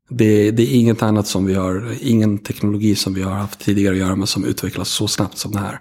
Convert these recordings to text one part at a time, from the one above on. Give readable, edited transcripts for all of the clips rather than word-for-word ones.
Det är inget annat som vi har, ingen teknologi som vi har haft tidigare att göra med som utvecklas så snabbt som det här.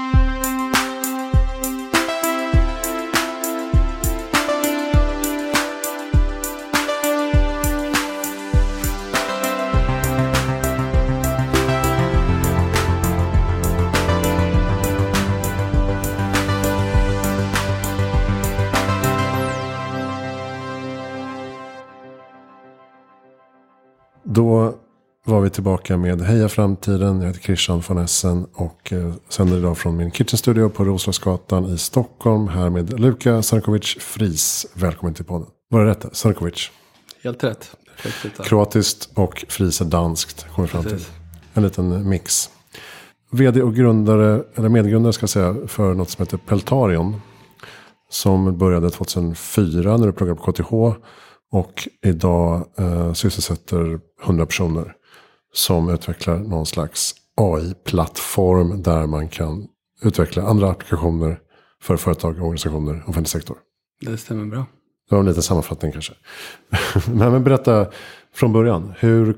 Då var vi tillbaka med Heja Framtiden. Jag heter Christian von Essen och sänder idag från min kitchen studio på Roslagsgatan i Stockholm. Här med Luka Sarnkovic-Fries. Välkommen till podden. Var det rätt? Sarnkovic? Helt rätt. Perfekt. Kroatiskt och Fries är danskt. Kommer fram till. En liten mix. Vd och grundare, eller medgrundare ska jag säga, för något som heter Peltarion. Som började 2004 när du pluggade på KTH. Och idag sysselsätter 100 personer som utvecklar någon slags AI-plattform där man kan utveckla andra applikationer för företag, organisationer och offentlig sektor. Det stämmer bra. Det var en liten sammanfattning kanske. Men berätta från början.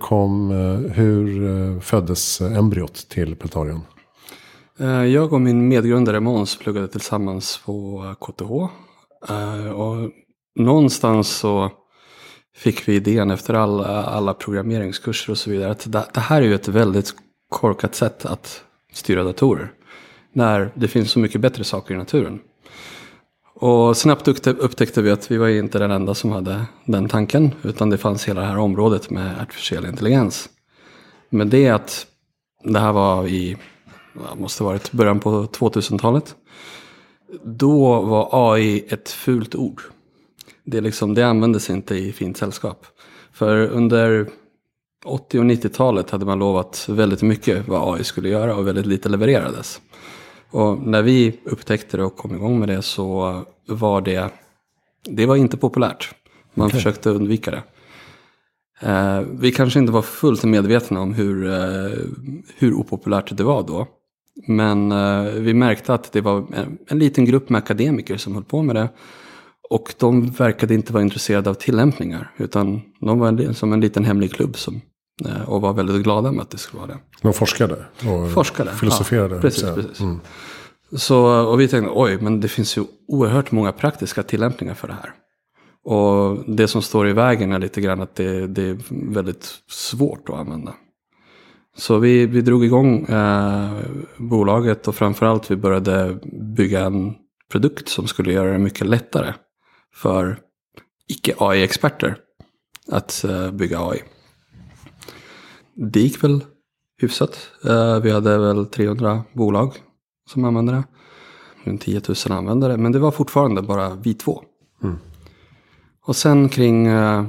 Hur föddes embryot till Peltarion? Jag och min medgrundare Måns pluggade tillsammans på KTH. Och någonstans så fick vi idén efter alla programmeringskurser och så vidare att det här är ju ett väldigt korkat sätt att styra datorer. När det finns så mycket bättre saker i naturen. Och snabbt upptäckte vi att vi var inte den enda som hade den tanken. Utan det fanns hela det här området med artificiell intelligens. Men det att det här var måste varit början på 2000-talet. Då var AI ett fult ord. Det användes inte i fint sällskap. För under 80- och 90-talet hade man lovat väldigt mycket vad AI skulle göra och väldigt lite levererades. Och när vi upptäckte det och kom igång med det så var det var inte populärt. Man försökte undvika det. Vi kanske inte var fullt medvetna om hur opopulärt det var då. Men vi märkte att det var en liten grupp med akademiker som höll på med det. Och de verkade inte vara intresserade av tillämpningar. Utan de var som en liten hemlig klubb och var väldigt glada med att det skulle vara det. De forskade och filosoferade. Ja, precis. Mm. Och vi tänkte, men det finns ju oerhört många praktiska tillämpningar för det här. Och det som står i vägen är lite grann att det är väldigt svårt att använda. Så vi drog igång bolaget och framförallt vi började bygga en produkt som skulle göra det mycket lättare för icke-AI-experter att bygga AI. Det gick väl hyfsat. Vi hade väl 300 bolag som använde det. Runt 10 000 användare. Men det var fortfarande bara vi två. Mm. Och sen kring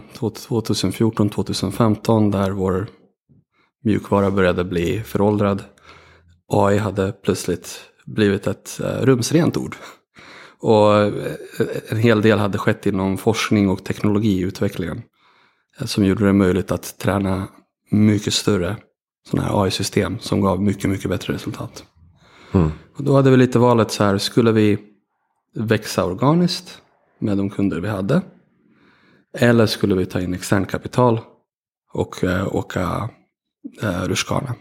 2014-2015 där vår mjukvara började bli föråldrad. AI hade plötsligt blivit ett rumsrent ord. Och en hel del hade skett inom forskning och teknologiutvecklingen. Som gjorde det möjligt att träna mycket större sådana här AI-system som gav mycket, mycket bättre resultat. Mm. Och då hade vi lite valet så här, skulle vi växa organiskt med de kunder vi hade? Eller skulle vi ta in extern kapital och åka rutschkana?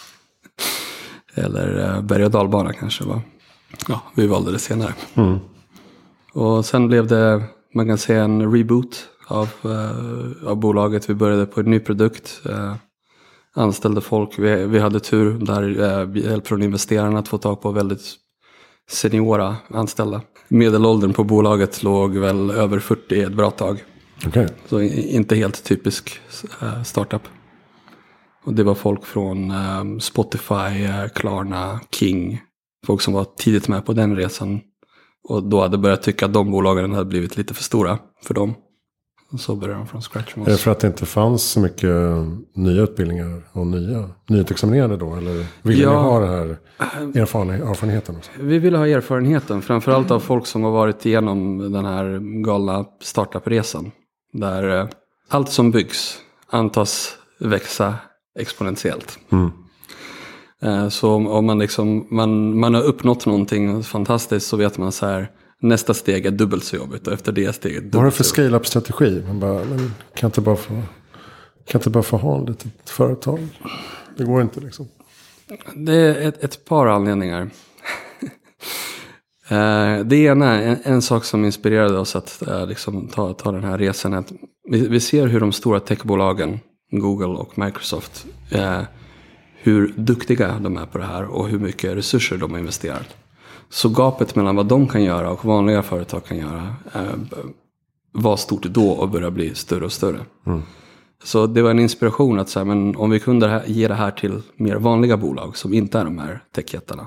Eller berg- och dalbana kanske var. Ja, vi valde det senare. Mm. Och sen blev det, man kan säga, en reboot av bolaget. Vi började på en ny produkt. Anställde folk. Vi hade tur där hjälp från investerarna att få tag på väldigt seniora anställda. Medelåldern på bolaget låg väl över 40 ett bra tag. Okay. Så inte helt typisk startup. Och det var folk från Spotify, Klarna, King. Folk som var tidigt med på den resan. Och då hade börjat tycka att de bolagen hade blivit lite för stora för dem. Och så började de från scratch. Är det för att det inte fanns så mycket nya utbildningar och nyutexaminerade då? Eller ville ni ha den här erfarenheten också? Vi ville ha erfarenheten. Framförallt av folk som har varit igenom den här galna startup-resan. Där allt som byggs antas växa exponentiellt. Mm. Så om man har uppnått någonting fantastiskt så vet man så här, nästa steg är dubbelt så jobbigt och efter det steget dubbelt. Vad har du för scale-up-strategi? Man kan inte bara få Kan inte bara få ha ett litet företag? Det går inte liksom. Det är ett par anledningar. Det ena, en sak som inspirerade oss att liksom ta den här resan, är att vi ser hur de stora techbolagen, Google och Microsoft, hur duktiga de är på det här och hur mycket resurser de har investerat. Så gapet mellan vad de kan göra och vanliga företag kan göra var stort då och börjar bli större och större. Mm. Så det var en inspiration att säga, men om vi kunde ge det här till mer vanliga bolag som inte är de här techjättarna.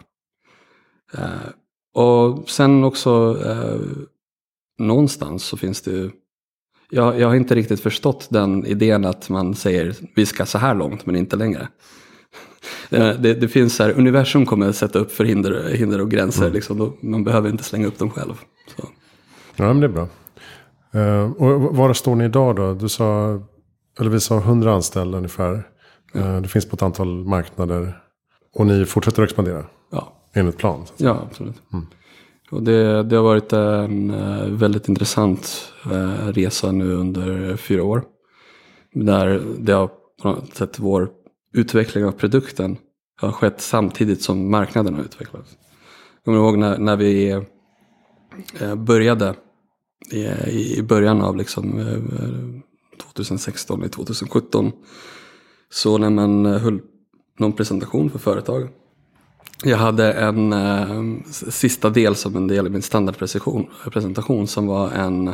Och sen också någonstans så finns det ju, jag har inte riktigt förstått den idén att man säger vi ska så här långt men inte längre. Det finns så här, universum kommer att sätta upp för hinder och gränser liksom, man behöver inte slänga upp dem själv. Så. Ja, men det är bra. Och var står ni idag då? Vi sa 100 anställda ungefär. Det finns på ett antal marknader. Och ni fortsätter att expandera? Ja. Enligt plan? Ja, absolut. Mm. Och det har varit en väldigt intressant resa nu under 4 år. Där det har på något sätt vår utveckling av produkten har skett samtidigt som marknaden har utvecklats. Jag kommer ihåg när vi började i början av liksom 2016 och 2017, så när man höll någon presentation för företag. Jag hade en sista del som en del i min standardpresentation som var en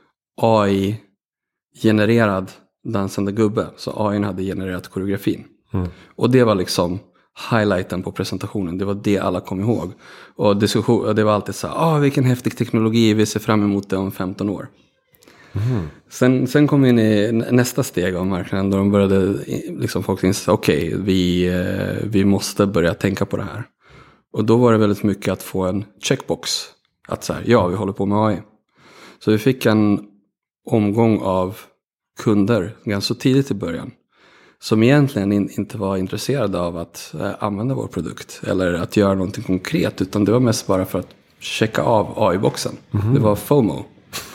AI-genererad dansande gubbe. Så AI hade genererat koreografin. Mm. Och det var liksom highlighten på presentationen. Det var det alla kom ihåg. Och det var alltid så här, vilken häftig teknologi, vi ser fram emot det om 15 år. Mm. Sen kom vi in i nästa steg av marknaden då de började liksom folk inse, okej, vi måste börja tänka på det här. Och då var det väldigt mycket att få en checkbox att så här, ja, vi håller på med AI. Så vi fick en omgång av kunder ganska tidigt i början som egentligen inte var intresserade av att använda vår produkt eller att göra någonting konkret, utan det var mest bara för att checka av AI-boxen. Mm. Det var FOMO.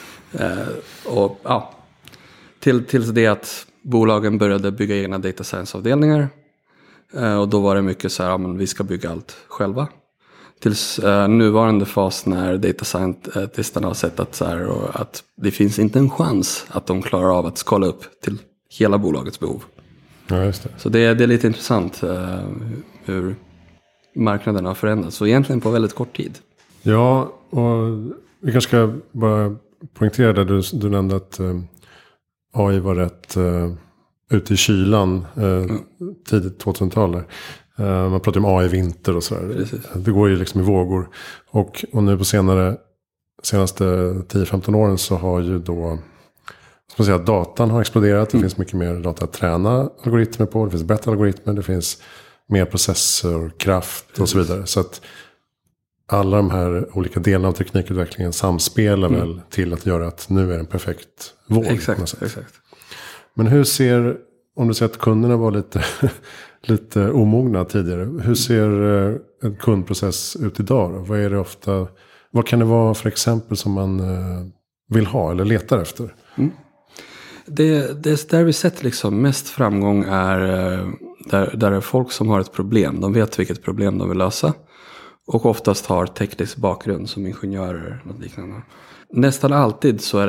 Och ja, tills det att bolagen började bygga egna data science-avdelningar. Och då var det mycket så här, men vi ska bygga allt själva. Tills nuvarande fas när data scientisterna har sett att, så här, och att det finns inte en chans att de klarar av att skala upp till hela bolagets behov. Ja, just det. Så det är lite intressant hur marknaden har förändrats. Och egentligen på väldigt kort tid. Ja, och vi kanske ska bara poängtera där du nämnde att AI var rätt ute i kylan tidigt 2000-tal. Man pratar om AI-vinter och sådär. Precis. Det går ju liksom i vågor. Och nu på senaste 10-15 åren så har ju då, ska man säga, datan har exploderat. Det finns mycket mer data att träna algoritmer på. Det finns bättre algoritmer. Det finns mer processorkraft och så vidare. Så att alla de här olika delarna av teknikutvecklingen samspelar väl till att göra att nu är en perfekt våg. Exakt. Men hur ser, om du säger att kunderna var lite omogna tidigare. Hur ser en kundprocess ut idag då? Vad kan det vara för exempel som man vill ha eller letar efter? Mm. Det där vi sett liksom mest framgång är där det är folk som har ett problem. De vet vilket problem de vill lösa. Och oftast har teknisk bakgrund som ingenjörer och liknande. Nästan alltid så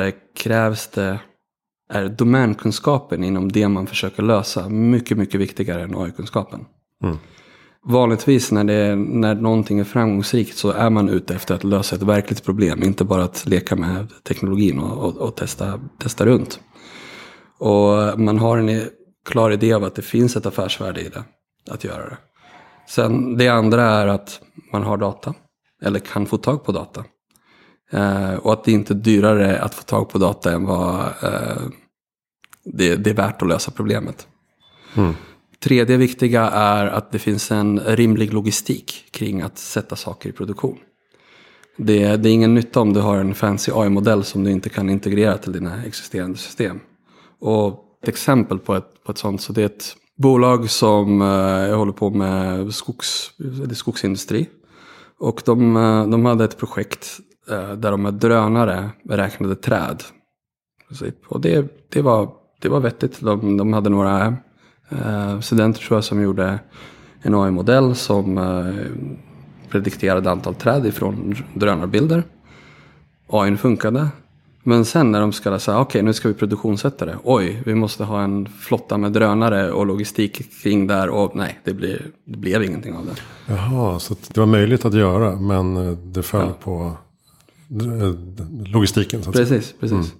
är domänkunskapen inom det man försöker lösa mycket, mycket viktigare än AI-kunskapen. Mm. Vanligtvis när någonting är framgångsrikt så är man ute efter att lösa ett verkligt problem. Inte bara att leka med teknologin och testa runt. Och man har en klar idé av att det finns ett affärsvärde i det, att göra det. Sen det andra är att man har data eller kan få tag på data. Och att det inte är dyrare att få tag på data än vad det är värt att lösa problemet. Mm. Tredje viktiga är att det finns en rimlig logistik kring att sätta saker i produktion. Det är ingen nytta om du har en fancy AI-modell som du inte kan integrera till dina existerande system. Och ett exempel på ett sånt, så det är ett bolag som jag håller på med skogsindustri. Och de hade ett projekt där de med drönare räknade träd. Och det var det var vettigt. De hade några studenter tror jag som gjorde en AI-modell som predikterade antal träd ifrån drönarbilder. AI funkade. Men sen när de skulle säga okej, nu ska vi produktionssätta det. Oj, vi måste ha en flotta med drönare och logistik kring där. Och nej, det blev ingenting av det. Jaha, så det var möjligt att göra, men det föll på logistiken. Så att precis.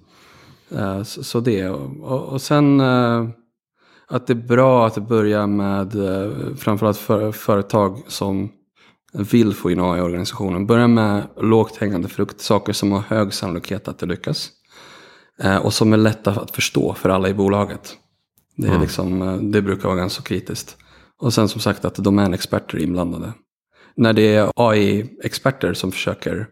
Så det. Och sen att det är bra att börja med framförallt företag som vill få in AI i organisationen. Börja med lågt hängande frukt, saker som har hög sannolikhet att det lyckas. Och som är lätta att förstå för alla i bolaget. Det är liksom, det brukar vara ganska kritiskt. Och sen som sagt att domänexperter är inblandade. När det är AI-experter som försöker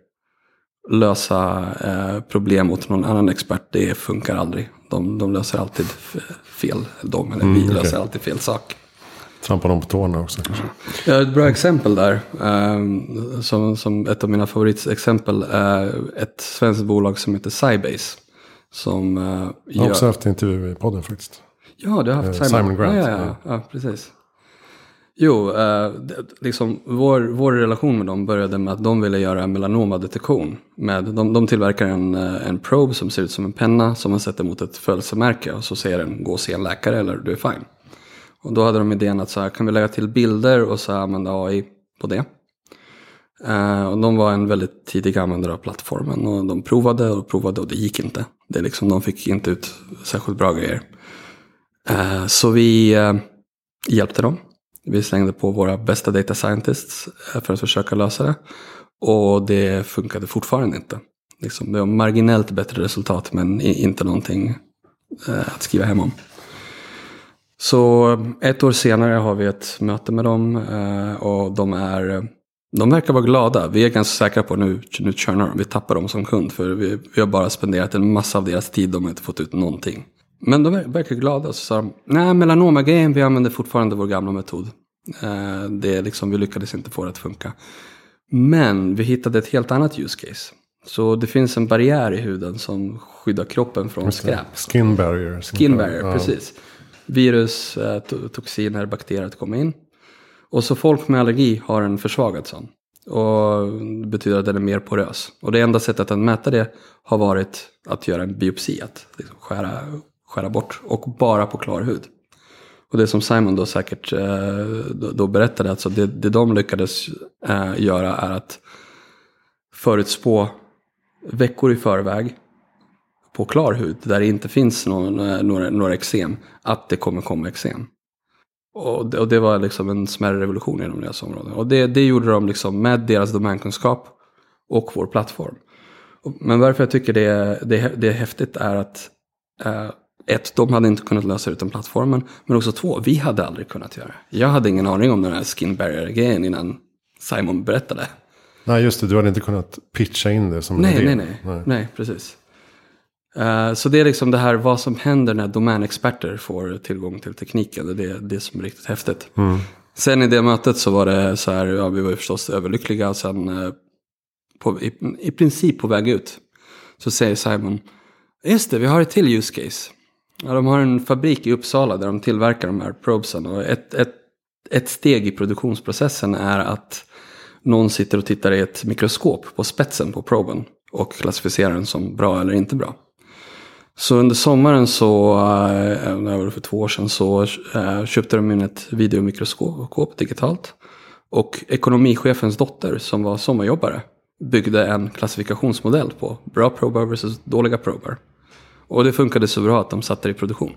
lösa problem åt någon annan expert, det funkar aldrig. De löser alltid fel. Vi löser alltid fel sak. Trampa dem på tårna också kanske. Jag har ett bra exempel där. Som ett av mina favoritexempel är ett svenskt bolag som heter Sybase. Som jag har också haft intervju i podden faktiskt. Ja, du har haft Simon Grant. Ja, precis. Jo, liksom vår relation med dem började med att de ville göra melanomadetektion. De tillverkar en probe som ser ut som en penna som man sätter mot ett födelsemärke. Och så säger den, gå och se en läkare eller du är fine. Och då hade de idén att så här, kan vi lägga till bilder och så använda AI på det. Och de var en väldigt tidig användare av plattformen. Och de provade och det gick inte. Det är liksom, de fick inte ut särskilt bra grejer. Så vi hjälpte dem. Vi slängde på våra bästa data scientists för att försöka lösa det. Och det funkade fortfarande inte. Liksom, det var marginellt bättre resultat men inte någonting att skriva hem om. Så 1 år senare har vi ett möte med dem och de verkar vara glada. Vi är ganska säkra på nu churnar de. Vi tappar dem som kund för vi har bara spenderat en massa av deras tid. De har inte fått ut någonting. Men de verkar glada. Så sa de, nej, melanoma-grejen, vi använder fortfarande vår gamla metod. Det är liksom, vi lyckades inte få det att funka. Men vi hittade ett helt annat use case. Så det finns en barriär i huden som skyddar kroppen från skräp. Skin barrier. Skin barrier, precis. Virus, toxiner, bakterier att komma in. Och så folk med allergi har en försvagad sån. Och det betyder att den är mer porös. Och det enda sättet att mäta det har varit att göra en biopsi. Att liksom skära bort. Och bara på klar hud. Och det som Simon då säkert då berättade. Alltså det de lyckades göra är att förutspå veckor i förväg. På klar hud. Där det inte finns några eksem. Att det kommer komma eksem. Och det var liksom en smärre revolution inom deras områden. Och det gjorde de liksom med deras domänkunskap och vår plattform. Men varför jag tycker det är häftigt är att de hade inte kunnat lösa utan plattformen. Men också 2, vi hade aldrig kunnat göra. Jag hade ingen aning om den här skin barrier-grejen innan Simon berättade. Nej, just det. Du hade inte kunnat pitcha in det som en idé. Nej, precis. Så det är liksom det här vad som händer när domänexperter får tillgång till tekniken. Det är det som är riktigt häftigt. Sen i det mötet så var det så här, ja, vi var ju förstås överlyckliga. Och sen i princip på väg ut så säger Simon, just det, vi har ett till use case. Ja, de har en fabrik i Uppsala där de tillverkar de här probesen. Och ett steg i produktionsprocessen är att någon sitter och tittar i ett mikroskop på spetsen på proben och klassificerar den som bra eller inte bra. Så under sommaren så, det var för 2 år sedan, så köpte de in ett videomikroskop digitalt. Och ekonomichefens dotter som var sommarjobbare byggde en klassifikationsmodell på bra prober versus dåliga prober. Och det funkade så bra att de satte det i produktion.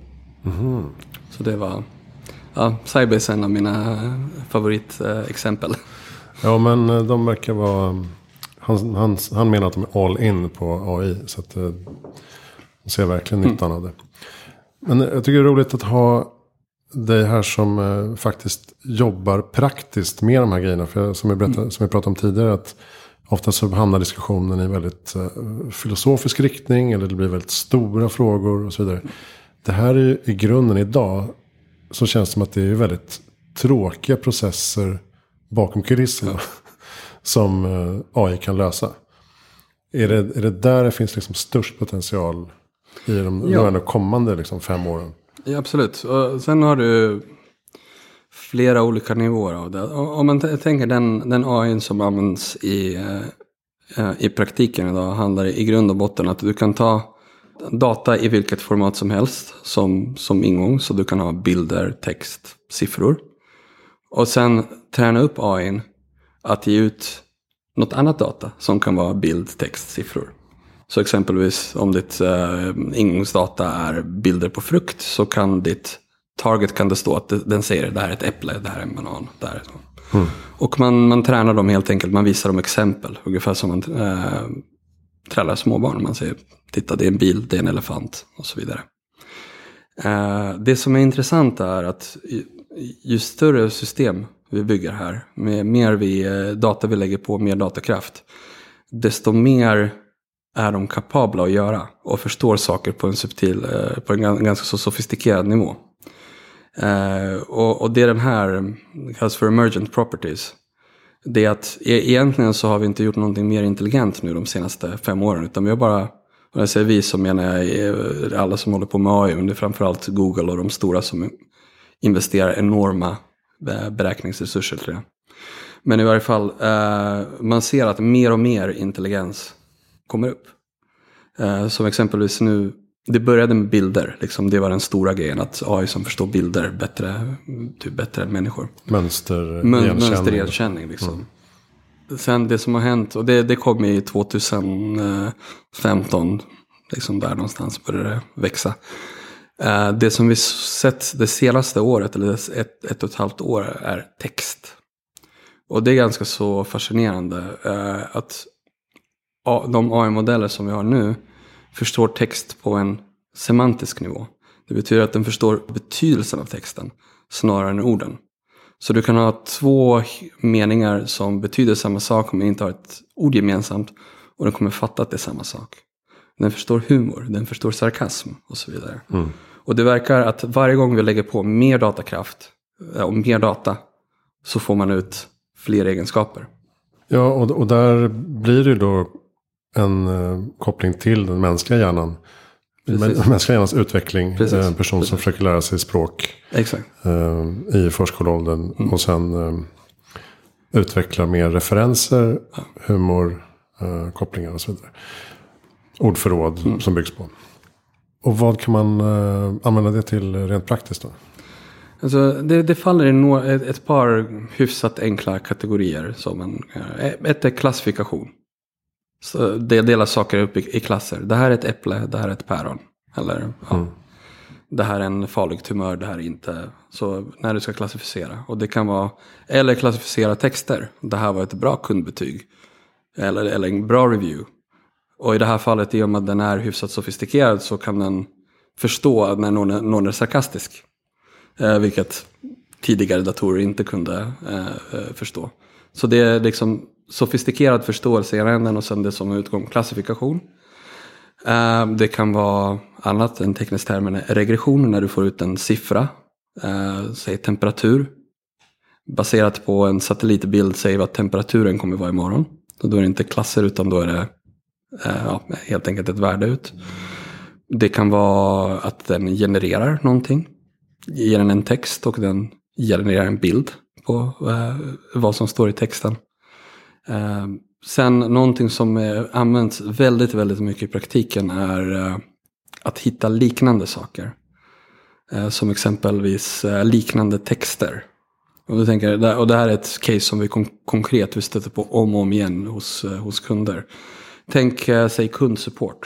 Så det var, Sybase är en av mina favoritexempel. Ja, men de verkar vara, han menar att de är all in på AI, så att de ser verkligen nyttan av det. Men jag tycker det är roligt att ha dig här som faktiskt jobbar praktiskt med de här grejerna. För som jag pratade om tidigare, att ofta så hamnar diskussionen i väldigt filosofisk riktning, eller det blir väldigt stora frågor och så vidare. Det här är i grunden idag, så känns det som att det är väldigt tråkiga processer bakom kulisserna som AI kan lösa. Är det där det finns liksom störst potential i de kommande liksom 5 åren. Ja, absolut. Och sen har du flera olika nivåer av det. Om man tänker den AI som används i praktiken idag handlar i grund och botten att du kan ta data i vilket format som helst som ingång. Så du kan ha bilder, text, siffror. Och sen träna upp AI:n att ge ut något annat data som kan vara bild, text, siffror. Så exempelvis om ditt ingångsdata är bilder på frukt så kan ditt target kan det stå att den säger det här är ett äpple, det här är en banan, det här är så. Och man tränar dem helt enkelt, man visar dem exempel, ungefär som man tränar småbarn. Man säger, titta det är en bil, det är en elefant och så vidare. Det som är intressant är att ju större system vi bygger här, med mer data vi lägger på, mer datakraft, desto mer är de kapabla att göra och förstår saker på en ganska så sofistikerad nivå. Och det är den här kallas för emergent properties. Det är att egentligen så har vi inte gjort någonting mer intelligent nu de senaste 5 åren, utan vi har bara, och jag säger vi så menar jag alla som håller på med AI, men det är framförallt Google och de stora som investerar enorma beräkningsresurser till det. Men i varje fall man ser att mer och mer intelligens kommer upp. Som exempelvis nu, det började med bilder. Liksom, det var den stora grejen, att AI som förstår bilder bättre än människor. Mönsterigenkänning. Liksom. Sen det som har hänt, och det kom i 2015, liksom där någonstans började det växa. Det som vi sett det senaste året, eller ett och ett halvt år, är text. Och det är ganska så fascinerande att de AI-modeller som vi har nu förstår text på en semantisk nivå. Det betyder att den förstår betydelsen av texten snarare än orden. Så du kan ha 2 meningar som betyder samma sak men inte har ett ord gemensamt, och den kommer fatta att det är samma sak. Den förstår humor, den förstår sarkasm och så vidare. Och det verkar att varje gång vi lägger på mer datakraft och mer data så får man ut fler egenskaper. Ja, och där blir det då en koppling till den mänskliga hjärnan. Den mänskliga hjärnans utveckling. En person som försöker lära sig språk. Exakt. I förskoleåldern. Och sen utvecklar mer referenser, humor, kopplingar och så vidare. Ordförråd som byggs på. Och vad kan man använda det till rent praktiskt då? Alltså det faller i ett par hyfsat enkla kategorier. Ett är klassifikation. Så det delar saker upp i klasser. Det här är ett äpple, det här är ett päron. Eller det här är en farlig tumör, det här är inte. Så när du ska klassificera. Och det kan vara, eller klassificera texter. Det här var ett bra kundbetyg. Eller en bra review. Och i det här fallet, i och med att den är hyfsat sofistikerad, så kan den förstå när någon är sarkastisk. Vilket tidigare datorer inte kunde förstå. Så det är liksom sofistikerad förståelse i änden, och sen det som utgång klassifikation. Det kan vara annat, en teknisk term är regression, när du får ut en siffra, säg temperatur. Baserat på en satellitbild säger vi att temperaturen kommer vara imorgon. Och då är det inte klasser, utan då är det helt enkelt ett värde ut. Det kan vara att den genererar någonting. Ger den en text och den genererar en bild på vad som står i texten. Sen någonting som används väldigt, väldigt mycket i praktiken är att hitta liknande saker. Som exempelvis liknande texter. Och det här är ett case som vi konkret stöter på om och om igen hos kunder. Tänk sig kundsupport.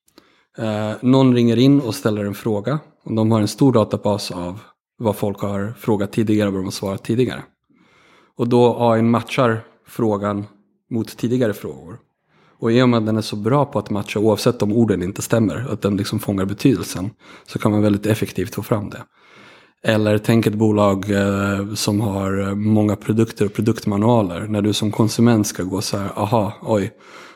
Någon ringer in och ställer en fråga. Och de har en stor databas av vad folk har frågat tidigare och vad de har svarat tidigare. Och då AI matchar frågan mot tidigare frågor. Och i och med att den är så bra på att matcha, oavsett om orden inte stämmer, att den liksom fångar betydelsen, så kan man väldigt effektivt få fram det. Eller tänk ett bolag som har många produkter och produktmanualer. När du som konsument ska gå så här,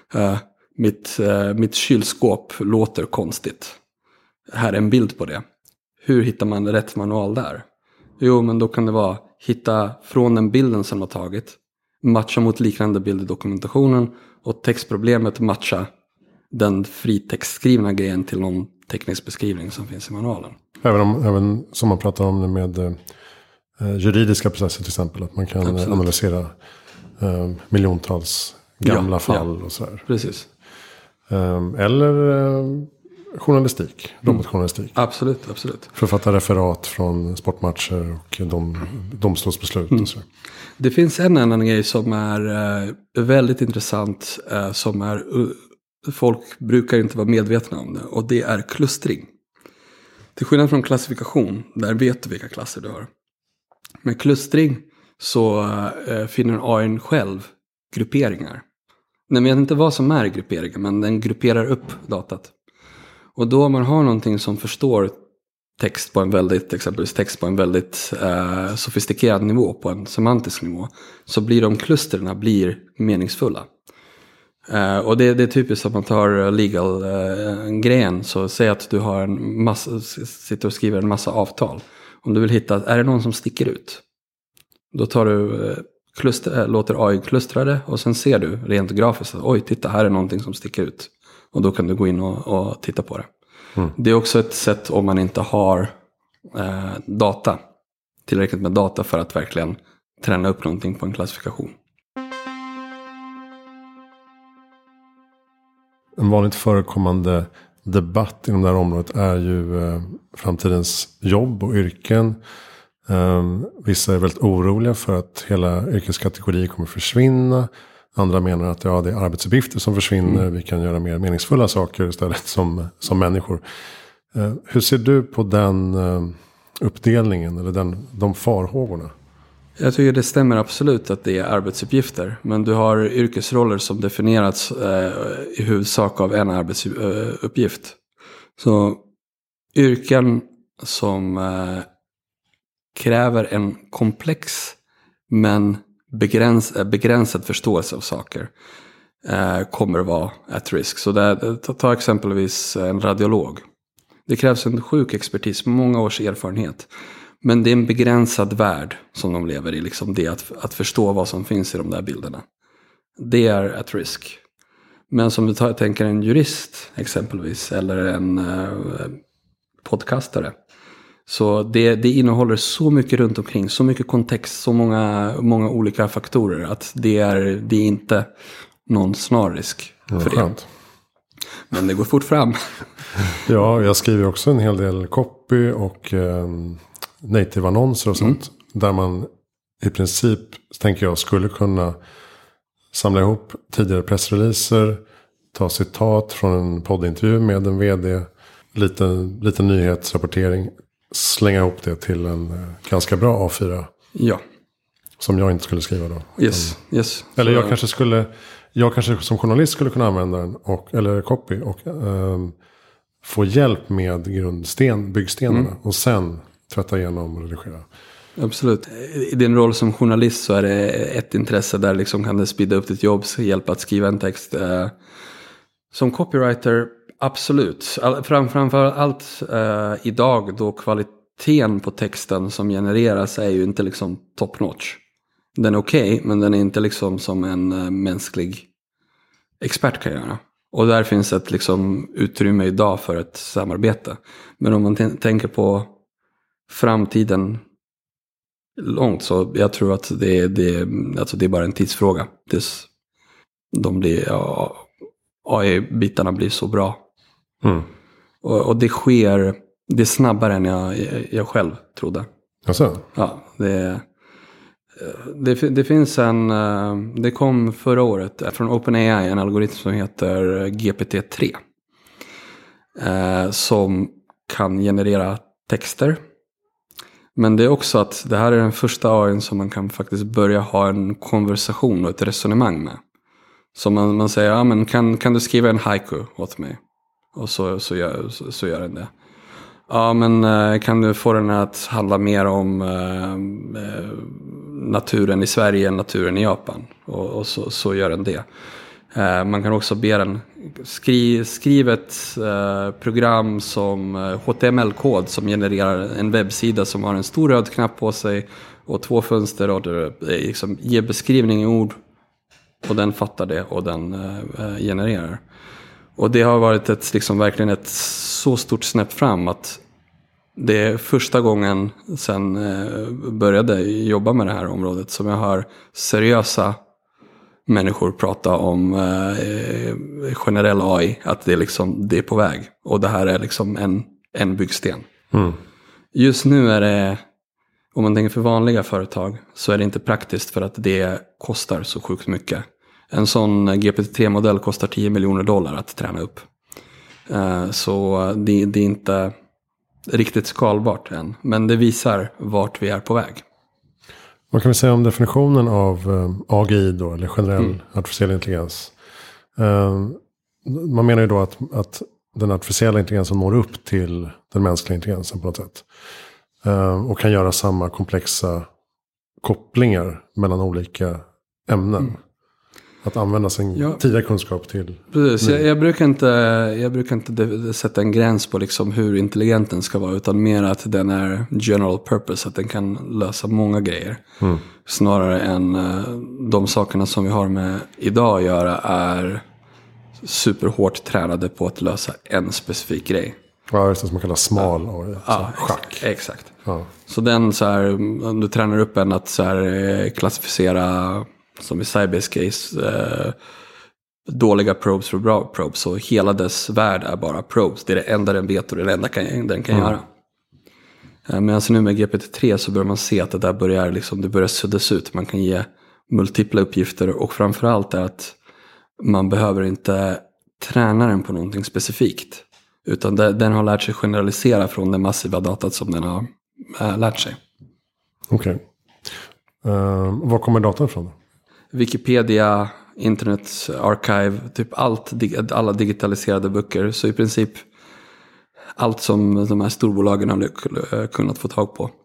mitt kylskåp låter konstigt. Här är en bild på det. Hur hittar man rätt manual där? Jo, men då kan det vara hitta från den bilden som har tagit, matcha mot liknande bild i dokumentationen, och textproblemet matcha den fritextskrivna grejen till någon teknisk beskrivning som finns i manualen. Även som man pratar om med juridiska processer till exempel. Att man kan analysera miljontals gamla fall och sådär. Precis. Eller journalistik, robotjournalistik. Absolut. Författa referat från sportmatcher och domstolsbeslut och så. Det finns en annan grej som är väldigt intressant, som folk brukar inte vara medvetna om det, och det är klustring. Till skillnad från klassifikation, där vet du vilka klasser du har. Med klustring så finner AI själv grupperingar. Den vet inte vad som är grupperingar, men den grupperar upp datat. Och då om man har någonting som förstår exempelvis text på en väldigt sofistikerad nivå, på en semantisk nivå, så blir de klusterna meningsfulla. Och det är typiskt att man tar legal-grejen, så säg att du har sitter och skriver en massa avtal. Om du vill hitta, är det någon som sticker ut? Då tar du låter AI klustra det, och sen ser du rent grafiskt att oj, titta, här är någonting som sticker ut. Och då kan du gå in och titta på det. Det är också ett sätt om man inte har tillräckligt med data för att verkligen träna upp någonting på en klassifikation. En vanligt förekommande debatt inom det här området är ju framtidens jobb och yrken. Vissa är väldigt oroliga för att hela yrkeskategorier kommer försvinna. Andra menar att det är arbetsuppgifter som försvinner. Vi kan göra mer meningsfulla saker istället som människor. Hur ser du på den uppdelningen eller de farhågorna? Jag tycker det stämmer absolut att det är arbetsuppgifter. Men du har yrkesroller som definierats i huvudsak av en arbetsuppgift. Så yrken som kräver en komplex men begränsad förståelse av saker kommer vara at risk. Så ta exempelvis en radiolog. Det krävs en sjuk expertis med många års erfarenhet. Men det är en begränsad värld som de lever i. Liksom det att förstå vad som finns i de där bilderna. Det är at risk. Men som du tänker en jurist exempelvis, eller en podcastare. Så det innehåller så mycket runt omkring, så mycket kontext, så många olika faktorer att det är inte någon snar risk för det. Men det går fort fram. Ja, jag skriver också en hel del copy och native-annonser och sånt. Där man i princip, tänker jag, skulle kunna samla ihop tidigare pressreleaser, ta citat från en poddintervju med en vd, lite nyhetsrapportering, slänga ihop det till en ganska bra A4. Ja. Som jag inte skulle skriva då. Yes. Eller jag kanske som journalist skulle kunna använda den eller copy och få hjälp med byggstenarna och sen tvätta igenom och redigera. Absolut. I din roll som journalist så är det ett intresse där liksom kan det speeda upp ditt jobb, hjälpa att skriva en text. Som copywriter, absolut. Framför allt idag då kvaliteten på texten som genereras är ju inte liksom top notch. Den är okej, men den är inte liksom som en mänsklig expert kan göra. Och där finns ett liksom utrymme idag för ett samarbete. Men om man tänker på framtiden långt, så jag tror att det är bara en tidsfråga. AI-bitarna blir så bra. Och det sker snabbare än jag själv trodde. Alltså? Ja, det finns det kom förra året från OpenAI en algoritm som heter GPT-3 som kan generera texter. Men det är också att det här är den första AI som man kan faktiskt börja ha en konversation och ett resonemang med. Så man säger, ja, men kan du skriva en haiku åt mig? Och så gör den det. Ja, men kan du få den att handla mer om naturen i Sverige än naturen i Japan? Och så gör den det. Man kan också be den skriva ett program som HTML-kod som genererar en webbsida som har en stor röd knapp på sig och 2 fönster och liksom ger beskrivning i ord och den fattar det och den genererar. Och det har varit verkligen ett så stort snäpp fram att det är första gången sen började jobba med det här området som jag hör seriösa människor prata om generell AI, att det är på väg. Och det här är en byggsten. Just nu är det, om man tänker för vanliga företag, så är det inte praktiskt för att det kostar så sjukt mycket. En sån GPT-3-modell kostar $10 miljoner att träna upp. Så det är inte riktigt skalbart än. Men det visar vart vi är på väg. Vad kan vi säga om definitionen av AGI då, eller generell artificiell intelligens? Man menar ju då att den artificiella intelligensen når upp till den mänskliga intelligensen på något sätt. Och kan göra samma komplexa kopplingar mellan olika ämnen. Att använda sin tidigare kunskap till... Precis, jag brukar inte sätta en gräns på hur intelligent den ska vara, utan mer att den är general purpose, att den kan lösa många grejer. Snarare än de sakerna som vi har med idag att göra är superhårt tränade på att lösa en specifik grej. Ja, just det som man kallar smal AI. Schack. Exakt. Ja. Så den om du tränar upp en att klassificera, som i Sybase case, dåliga probes för bra probes. Så hela dess värld är bara probes. Det är det enda den vet och det är det enda den kan göra. Men nu med GPT-3 så börjar man se att det där det börjar suddas ut. Man kan ge multipla uppgifter, och framförallt är att man behöver inte träna den på någonting specifikt. Utan den har lärt sig generalisera från den massiva datat som den har lärt sig. Okej. Var kommer datan ifrån då? Wikipedia, Internet Archive, typ alla digitaliserade böcker. Så i princip allt som de här storbolagen har kunnat få tag på.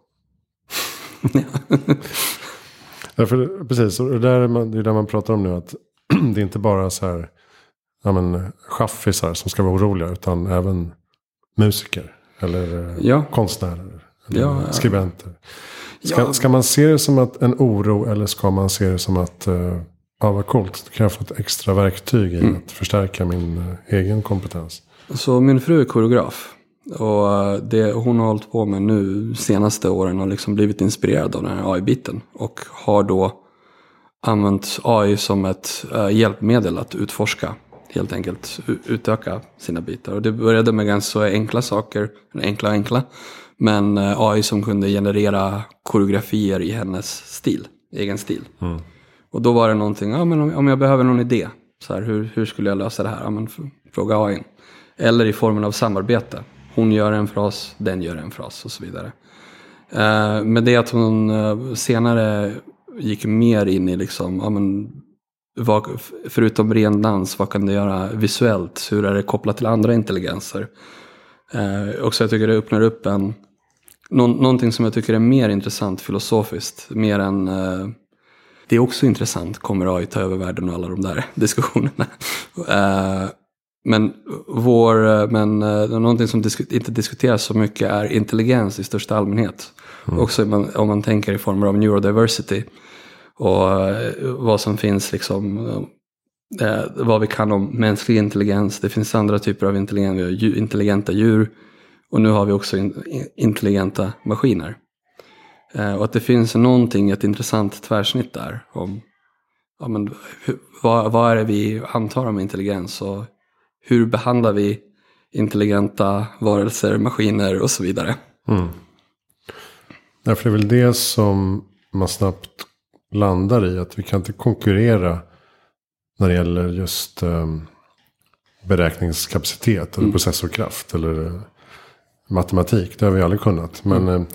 Ja, precis, och det är där man pratar om nu, att det är inte bara så här chaffisar som ska vara oroliga, utan även musiker eller konstnärer eller skribenter. Ska man se det som en oro, eller ska man se det som att vad coolt, då kan jag få ett extra verktyg i att förstärka min egen kompetens? Så min fru är koreograf, och det hon har hållit på med nu senaste åren har blivit inspirerad av den här AI-biten, och har då använt AI som ett hjälpmedel att utforska, helt enkelt utöka sina bitar. Och det började med ganska enkla saker, enkla, men AI som kunde generera koreografier i hennes egen stil. Och då var det någonting, men om jag behöver någon idé, så här, hur skulle jag lösa det här? Men fråga AI. Eller i formen av samarbete. Hon gör en fras, den gör en fras, och så vidare. Men det att hon senare gick mer in i förutom ren dans, vad kan det göra visuellt? Hur är det kopplat till andra intelligenser? Också jag tycker det öppnar upp någonting som jag tycker är mer intressant filosofiskt. Mer än det är också intressant, kommer AI ta över världen och alla de där diskussionerna. Men någonting som inte diskuteras så mycket är intelligens i största allmänhet. Också om man tänker i former av neurodiversity. Och vad som finns vad vi kan om mänsklig intelligens. Det finns andra typer av intelligens. Vi har intelligenta djur. Och nu har vi också intelligenta maskiner. Och att det finns ett intressant tvärsnitt där. Om vad är det vi antar om intelligens? Och hur behandlar vi intelligenta varelser, maskiner och så vidare? Därför är väl det som man snabbt landar i, att vi kan inte konkurrera när det gäller just beräkningskapacitet eller processorkraft eller matematik. Det har vi aldrig kunnat.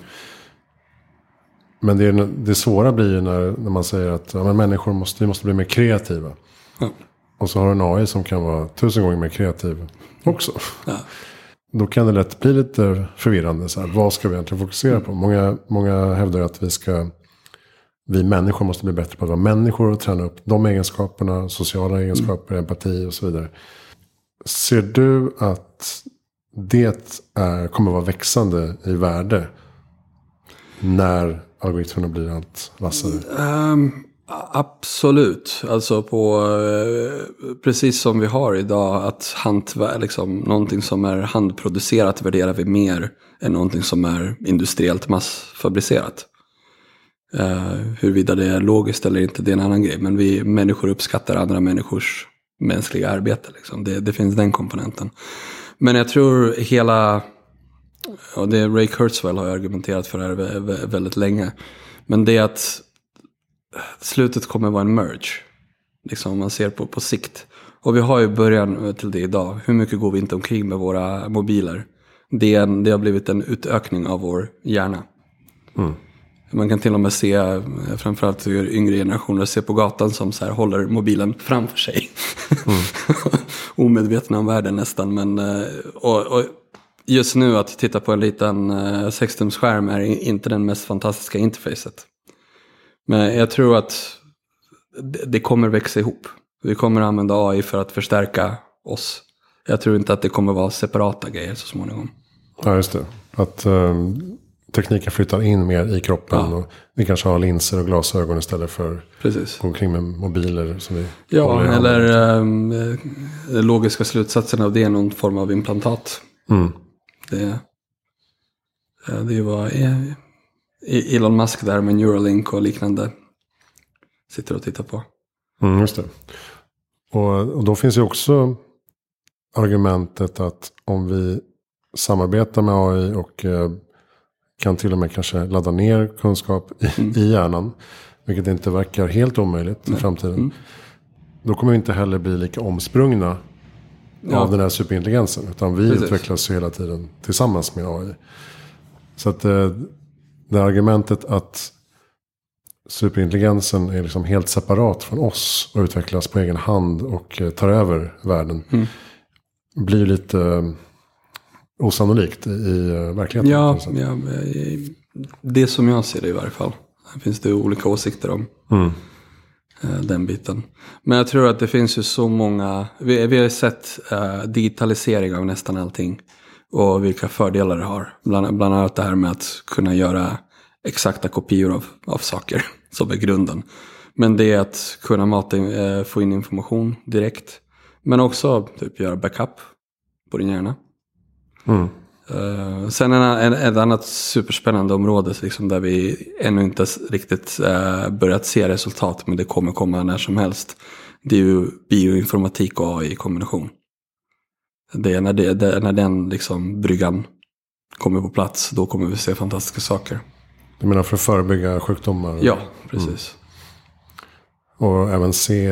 Men det svåra blir ju när man säger att människor måste bli mer kreativa. Och så har du en AI som kan vara 1000 gånger mer kreativ också. Då kan det lätt bli lite förvirrande. Så här, vad ska vi egentligen fokusera på? Många hävdar att vi människor måste bli bättre på att vara människor och träna upp de egenskaperna, sociala egenskaper, empati och så vidare. Ser du att det kommer vara växande i värde när algoritmerna blir allt vassare? Absolut. Alltså precis som vi har idag, att liksom, någonting som är handproducerat värderar vi mer än någonting som är industriellt massfabricerat. Huruvida det är logiskt eller inte, det är en annan grej. Men vi människor uppskattar andra människors mänskliga arbete. Liksom. Det finns den komponenten. Men jag tror och det Ray Kurzweil har argumenterat för det här väldigt länge. Men det är att slutet kommer vara en merge. Liksom om man ser på sikt. Och vi har ju början till det idag. Hur mycket går vi inte omkring med våra mobiler? Det har blivit en utökning av vår hjärna. Mm. Man kan till och med se, framförallt yngre generationer, se på gatan som så här håller mobilen framför sig. Mm. Omedvetna om världen nästan. Men, och just nu att titta på en liten 6-tumsskärm är inte den mest fantastiska interfacet. Men jag tror att det kommer växa ihop. Vi kommer använda AI för att förstärka oss. Jag tror inte att det kommer vara separata grejer så småningom. Ja, just det. Att tekniken flyttar in mer i kroppen. Ja. Och vi kanske har linser och glasögon istället för att gå omkring med mobiler. Som vi eller logiska slutsatsen av det är någon form av implantat. Mm. Det var Elon Musk där med Neuralink och liknande sitter och tittar på. Just det. Och då finns ju också argumentet att om vi samarbetar med AI och kan till och med kanske ladda ner kunskap i hjärnan, vilket inte verkar helt omöjligt i framtiden. Då kommer vi inte heller bli lika omsprungna av den här superintelligensen, utan vi utvecklas hela tiden tillsammans med AI. Så att det argumentet att superintelligensen är liksom helt separat från oss och utvecklas på egen hand och tar över världen blir lite osannolikt i verkligheten. Ja, det som jag ser det i varje fall. Här finns det olika åsikter om den biten. Men jag tror att det finns ju så många, vi har sett digitalisering av nästan allting och vilka fördelar det har. Bland annat det här med att kunna göra exakta kopior av saker som är grunden. Men det är att kunna få in information direkt. Men också typ göra backup på din hjärna. Sen ett annat superspännande område liksom, där vi ännu inte riktigt börjat se resultat, men det kommer komma när som helst. Det är ju bioinformatik och AI i kombination. Det är när den liksom bryggan kommer på plats, då kommer vi se fantastiska saker. Du menar för att förebygga sjukdomar? Ja, precis. Och även se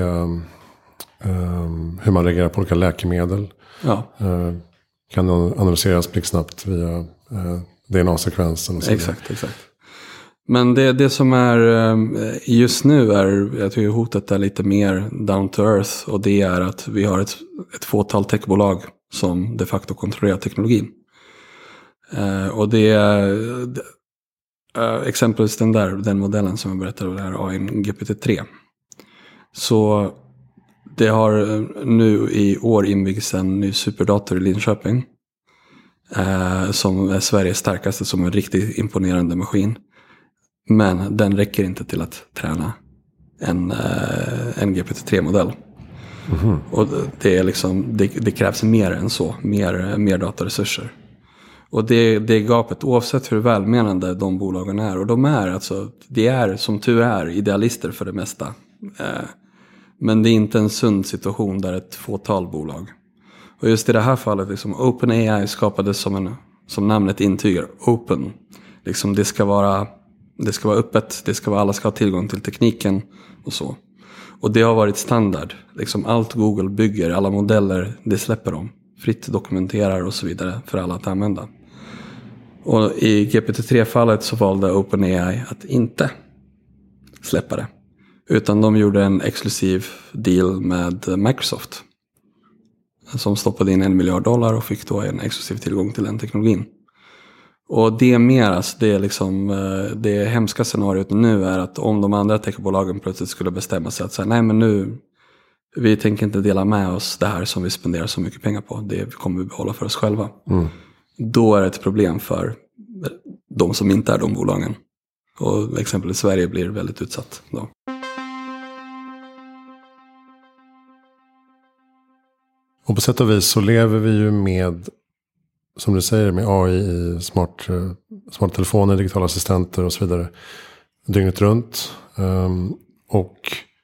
hur man reagerar på olika läkemedel. Ja. Kan analyseras blixtsnabbt via DNA-sekvensen. Och så exakt. Men det som är just nu är, jag tycker hotet är lite mer down to earth. Och det är att vi har ett fåtal techbolag som de facto kontrollerar teknologin. Och det är exempelvis den modellen som jag berättade om, det här AI GPT-3. Så det har nu i år invigts en ny superdator i Linköping. Som är Sveriges starkaste, som en riktigt imponerande maskin. Men den räcker inte till att träna en GPT-3-modell. Och det är liksom, det krävs mer än så, mer dataresurser. Och det gapet, oavsett hur välmenande de bolagen är, och det är som tur är idealister för det mesta. Men det är inte en sund situation där ett fåtal bolag. Och just i det här fallet, liksom, OpenAI skapades som namnet intygar, open. Liksom, det ska vara öppet, alla ska ha tillgång till tekniken och så. Och det har varit standard. Liksom, allt Google bygger, alla modeller, det släpper de. Fritt dokumenterar och så vidare för alla att använda. Och i GPT-3-fallet så valde OpenAI att inte släppa det. Utan de gjorde en exklusiv deal med Microsoft. Som stoppade in $1 miljard och fick då en exklusiv tillgång till den teknologin. Och det är mer, alltså, det är liksom, det hemska scenariot nu är att om de andra techbolagen plötsligt skulle bestämma sig att säga, nej men nu, vi tänker inte dela med oss det här som vi spenderar så mycket pengar på. Det kommer vi behålla för oss själva. Då är det ett problem för de som inte är de bolagen. Och exempelvis Sverige blir väldigt utsatt då. Och på sätt och vis så lever vi ju med, som du säger, med AI i smarttelefoner, digitala assistenter och så vidare. Dygnet runt. Och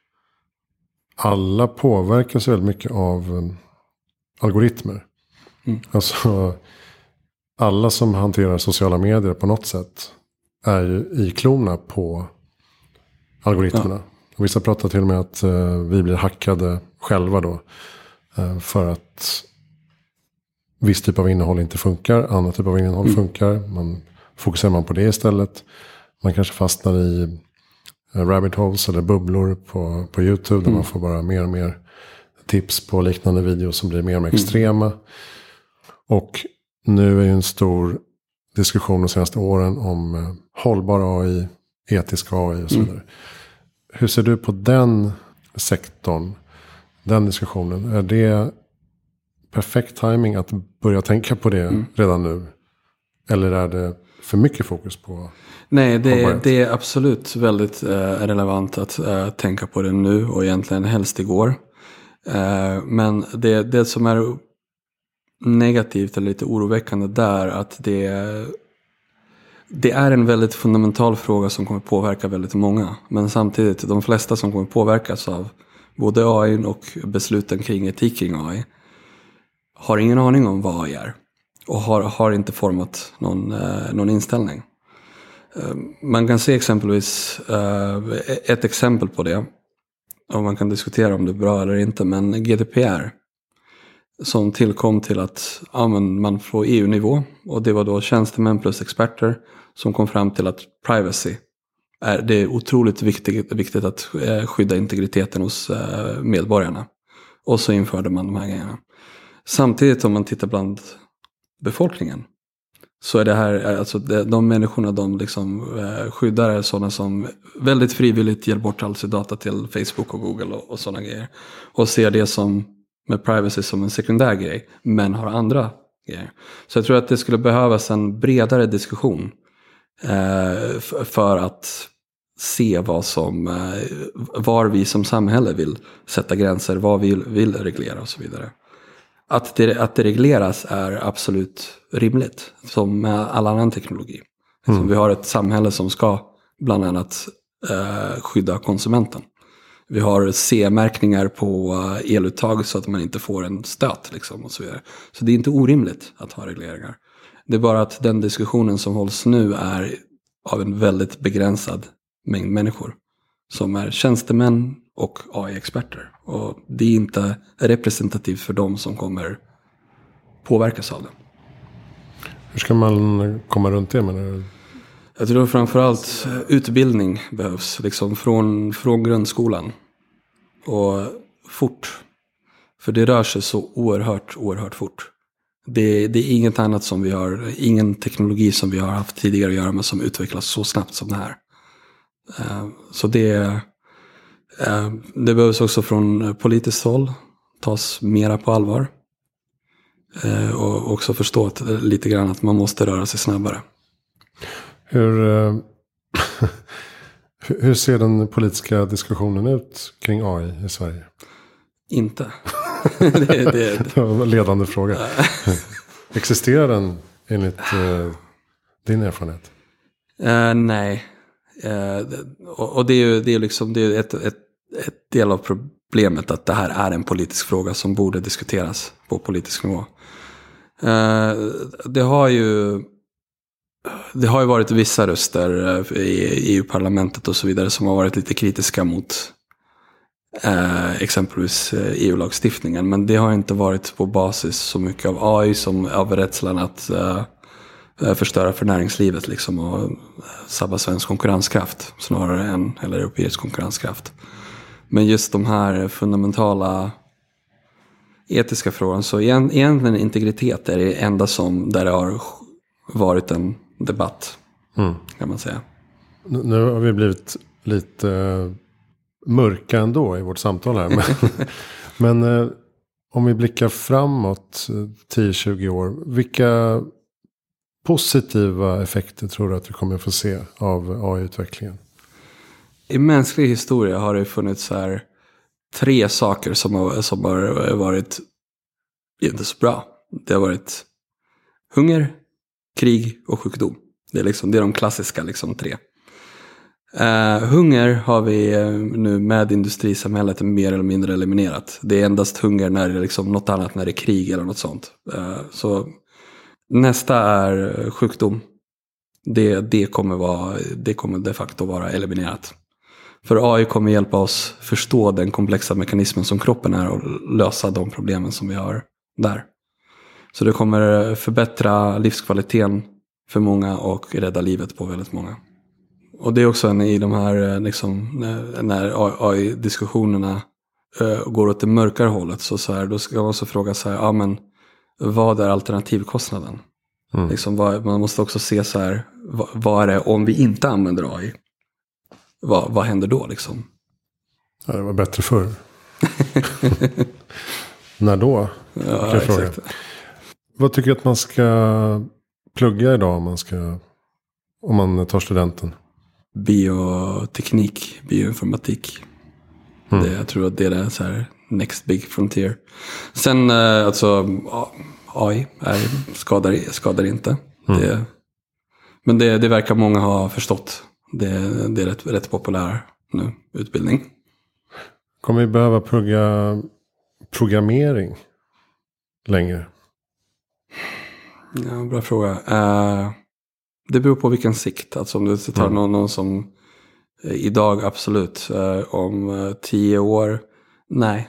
alla påverkas väldigt mycket av algoritmer. Alltså alla som hanterar sociala medier på något sätt är ju i klorna på algoritmerna. Och vissa pratar till och med att vi blir hackade själva då. För att viss typ av innehåll inte funkar. Annan typ av innehåll funkar. Fokuserar man på det istället. Man kanske fastnar i rabbit holes eller bubblor på YouTube. Där man får bara mer och mer tips på liknande videos som blir mer och mer extrema. Och nu är ju en stor diskussion de senaste åren om hållbar AI, etisk AI och så vidare. Hur ser du på den sektorn, den diskussionen? Är det perfekt timing att börja tänka på det redan nu? Eller är det för mycket fokus på? Nej, det är absolut väldigt relevant att tänka på det nu och egentligen helst igår. Men det som är negativt eller lite oroväckande där att det är en väldigt fundamental fråga som kommer påverka väldigt många. Men samtidigt, de flesta som kommer påverkas av både AI och besluten kring etik kring AI har ingen aning om vad AI är. Och har inte format någon inställning. Man kan se exempelvis ett exempel på det. Och man kan diskutera om det är bra eller inte. Men GDPR som tillkom till att man får EU-nivå. Och det var då tjänstemän plus experter som kom fram till att privacy det är otroligt viktigt att skydda integriteten hos medborgarna. Och så införde man de här grejerna. Samtidigt om man tittar bland befolkningen så är det här, alltså de människorna de liksom skyddar är sådana som väldigt frivilligt ger bort all sin data till Facebook och Google och sådana grejer. Och ser det som med privacy som en sekundär grej, men har andra grejer. Så jag tror att det skulle behövas en bredare diskussion för att se var vi som samhälle vill sätta gränser, vad vi vill reglera och så vidare. Att det regleras är absolut rimligt, som med all annan teknologi. Så vi har ett samhälle som ska bland annat skydda konsumenten. Vi har C-märkningar på eluttag så att man inte får en stöt liksom, och så vidare. Så det är inte orimligt att ha regleringar. Det är bara att den diskussionen som hålls nu är av en väldigt begränsad mängd människor. Som är tjänstemän och AI-experter. Och det är inte representativt för dem som kommer påverkas av det. Hur ska man komma runt det, menar du? Jag tror framförallt utbildning behövs. Liksom från grundskolan. Och fort. För det rör sig så oerhört fort. Det är inget annat som vi har. Ingen teknologi som vi har haft tidigare att göra med som utvecklas så snabbt som det här. Så det behövs också från politiskt håll tas mera på allvar. Och också förstå lite grann att man måste röra sig snabbare. Hur ser den politiska diskussionen ut kring AI i Sverige? Inte. Det var en ledande fråga. Existerar den enligt din erfarenhet? Nej. Och det är liksom ett del av problemet att det här är en politisk fråga som borde diskuteras på politisk nivå. Det har ju varit vissa röster i EU-parlamentet och så vidare som har varit lite kritiska mot exempelvis EU-lagstiftningen, men det har inte varit på basis så mycket av AI som av rädslan att förstöra för näringslivet liksom, och sabba svensk konkurrenskraft snarare än eller europeisk konkurrenskraft. Men just de här fundamentala etiska frågorna, så egentligen integritet är det enda där det har varit en debatt, kan man säga. Nu har vi blivit lite mörka ändå i vårt samtal här. Men om vi blickar framåt 10-20 år, vilka positiva effekter tror du att vi kommer få se av AI-utvecklingen? I mänsklig historia har det funnits 3 saker som har varit inte så bra. Det har varit hunger, krig och sjukdom. Det är de klassiska liksom 3. Hunger har vi nu med industrisamhället mer eller mindre eliminerat. Det är endast hunger när det är liksom något annat, när det är krig eller något sånt. Så nästa är sjukdom. Det kommer de facto vara eliminerat. För AI kommer hjälpa oss förstå den komplexa mekanismen som kroppen är och lösa de problemen som vi har där. Så det kommer förbättra livskvaliteten för många och rädda livet på väldigt många. Och det är också i de här, liksom, när AI-diskussionerna går åt det mörkare hållet, då ska man också fråga så här, men vad är alternativkostnaden? Liksom, man måste också se så här, vad är det om vi inte använder AI? Vad händer då liksom? Ja, det var bättre förr. När då? Ja, exakt. Vad tycker du att man ska plugga idag om man tar studenten? Bioteknik, bioinformatik. Jag tror att det är så här next big frontier. Sen AI skadar inte. Men det verkar många ha förstått. Det är rätt populär nu, utbildning. Kommer vi behöva plugga programmering längre? Ja, bra fråga. Det beror på vilken sikt. Alltså om du tar någon som idag, absolut. Om 10 år, nej.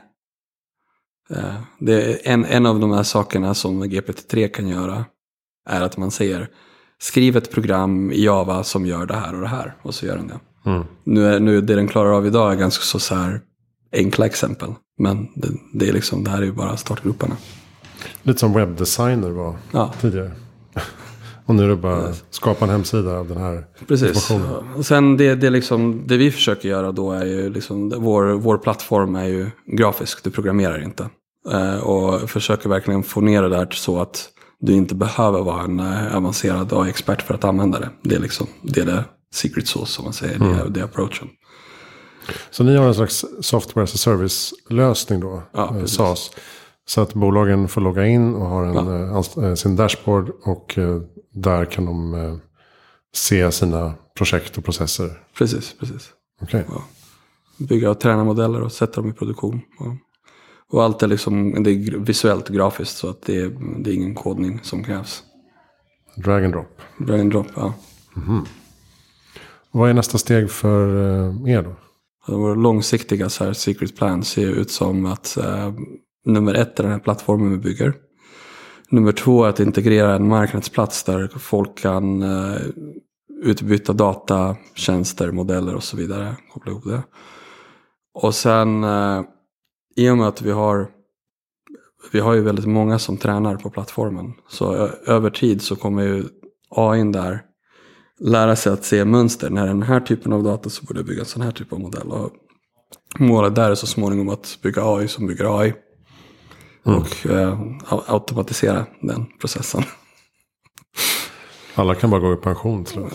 Det är en av de här sakerna som GPT-3 kan göra är att man säger, skriv ett program i Java som gör det här och det här. Och så gör den det. Nu det den klarar av idag är ganska så här enkla exempel. Men det är liksom, det här är ju bara startgroparna. Lite som webbdesigner var tidigare. Och nu är det bara skapa en hemsida av den här informationen. Och sen det vi försöker göra då är ju liksom, vår plattform är ju grafisk, du programmerar inte. Och försöker verkligen få ner det där så att du inte behöver vara en avancerad AI-expert för att använda det. Det är det secret sauce som man säger, det är approachen. Så ni har en slags software as a service-lösning då, SaaS. Så att bolagen får logga in och har sin dashboard och där kan de se sina projekt och processer. Precis. Okay. Ja. Bygga och träna modeller och sätta dem i produktion. Och allt är det är visuellt grafiskt så att det är ingen kodning som krävs. Drag and drop, ja. Vad är nästa steg för er då? Våra långsiktiga så här secret plan ser ut som att nummer 1 är den här plattformen vi bygger. Nummer 2 är att integrera en marknadsplats där folk kan utbyta data, tjänster, modeller och så vidare. Koppla ihop det. Och sen i och med att vi har ju väldigt många som tränar på plattformen. Så över tid så kommer ju AI där lära sig att se mönster. När den här typen av data så borde jag bygga en sån här typ av modell. Och målet där är så småningom att bygga AI som bygger AI. Och automatisera den processen. Alla kan bara gå i pension. Tror